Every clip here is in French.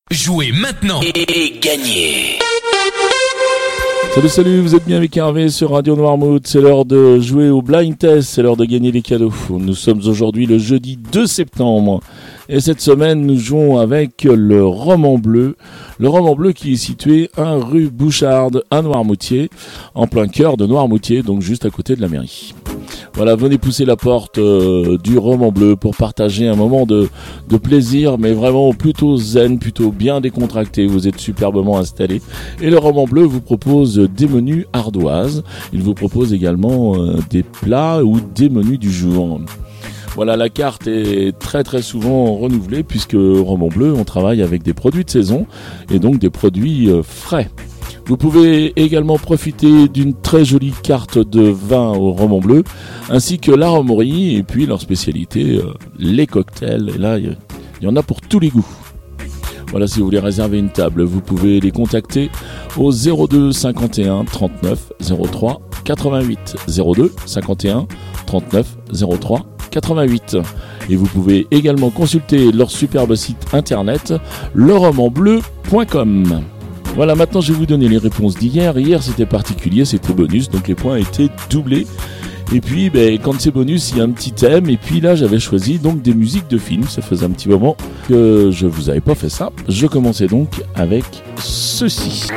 Jouez maintenant et gagnez. Salut, vous êtes bien avec Hervé sur Radio Noirmouth, c'est l'heure de jouer au blind test, c'est l'heure de gagner des cadeaux. Nous sommes aujourd'hui le jeudi 2 septembre et cette semaine nous jouons avec le Roman Bleu. Le Roman Bleu qui est situé 1 rue Boucharde à Noirmoutier, en plein cœur de Noirmoutier, donc juste à côté de la mairie. Voilà, venez pousser la porte du Roman Bleu pour partager un moment de plaisir, mais vraiment plutôt zen, plutôt bien décontracté. Vous êtes superbement installés. Et le Roman Bleu vous propose des menus ardoises. Il vous propose également des plats ou des menus du jour. Voilà, la carte est très très souvent renouvelée puisque au Roman Bleu, on travaille avec des produits de saison et donc des produits frais. Vous pouvez également profiter d'une très jolie carte de vin au Roman Bleu, ainsi que l'aromerie et puis leur spécialité, les cocktails. Et là, il y en a pour tous les goûts. Voilà, si vous voulez réserver une table, vous pouvez les contacter au 02 51 39 03 88. 02 51 39 03 88. Et vous pouvez également consulter leur superbe site internet, leromanbleu.com. Voilà, maintenant je vais vous donner les réponses d'hier. Hier c'était particulier, c'était bonus, donc les points étaient doublés. Et puis quand c'est bonus, il y a un petit thème. Et puis là j'avais choisi donc des musiques de films. Ça faisait un petit moment que je vous avais pas fait ça. Je commençais donc avec ceci.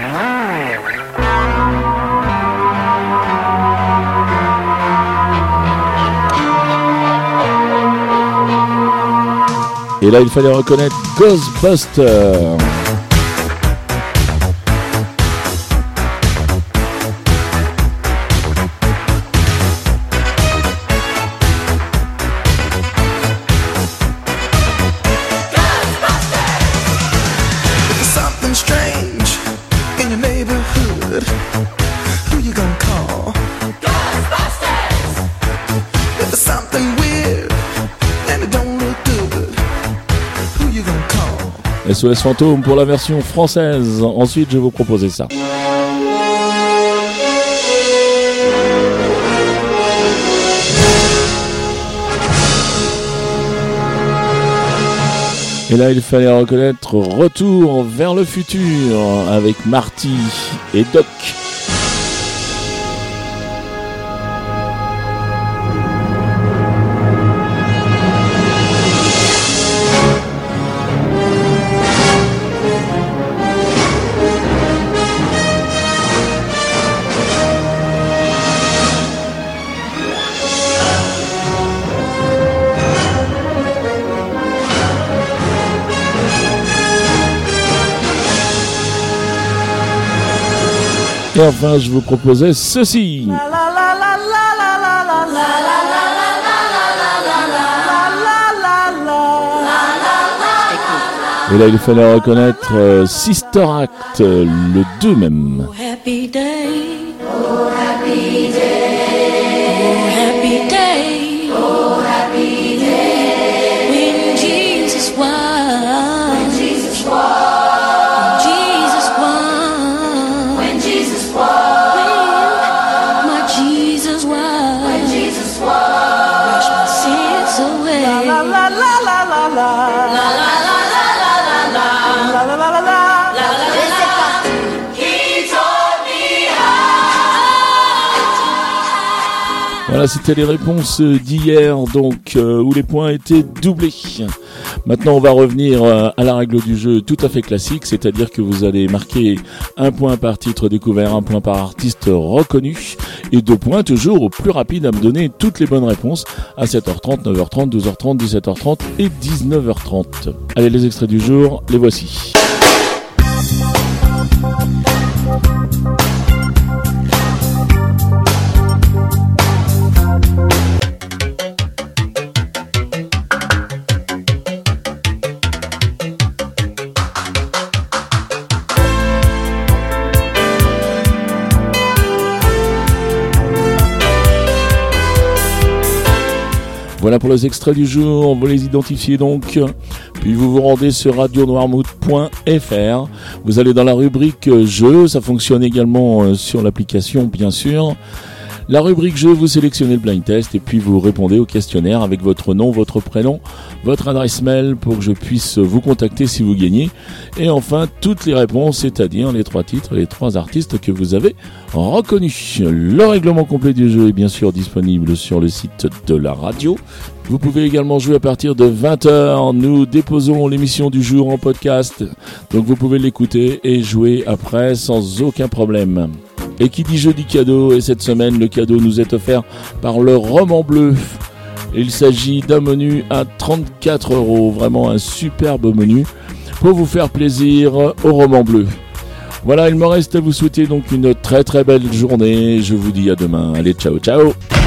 Et là il fallait reconnaître Ghostbusters. SOS Fantôme pour la version française. Ensuite, je vais vous proposer ça. Et là, il fallait reconnaître Retour vers le futur avec Marty et Doc. Et enfin, je vous proposais ceci. Et là, il fallait reconnaître Sister Act, le 2 même. Oh, happy day. Oh, happy day. Oh, happy day. Oh, happy day. When Jesus won. When Jesus won. Voilà, c'était les réponses d'hier, donc où les points étaient doublés. Maintenant, on va revenir à la règle du jeu tout à fait classique, c'est-à-dire que vous allez marquer un point par titre découvert, un point par artiste reconnu, et 2 points toujours au plus rapide à me donner toutes les bonnes réponses à 7h30, 9h30, 12h30, 17h30 et 19h30. Allez, les extraits du jour, les voici. Voilà pour les extraits du jour, vous les identifiez donc, puis vous vous rendez sur radionoirmouth.fr, vous allez dans la rubrique jeux, ça fonctionne également sur l'application bien sûr. La rubrique jeu, vous sélectionnez le blind test et puis vous répondez au questionnaire avec votre nom, votre prénom, votre adresse mail pour que je puisse vous contacter si vous gagnez. Et enfin, toutes les réponses, c'est-à-dire les 3 titres, les 3 artistes que vous avez reconnus. Le règlement complet du jeu est bien sûr disponible sur le site de la radio. Vous pouvez également jouer à partir de 20h. Nous déposons l'émission du jour en podcast. Donc vous pouvez l'écouter et jouer après sans aucun problème. Et qui dit jeudi cadeau, et cette semaine le cadeau nous est offert par le Roman Bleu. Il s'agit d'un menu à 34 €, vraiment un superbe menu pour vous faire plaisir au Roman Bleu. Voilà, il me reste à vous souhaiter donc une très très belle journée. Je vous dis à demain. Allez, ciao ciao.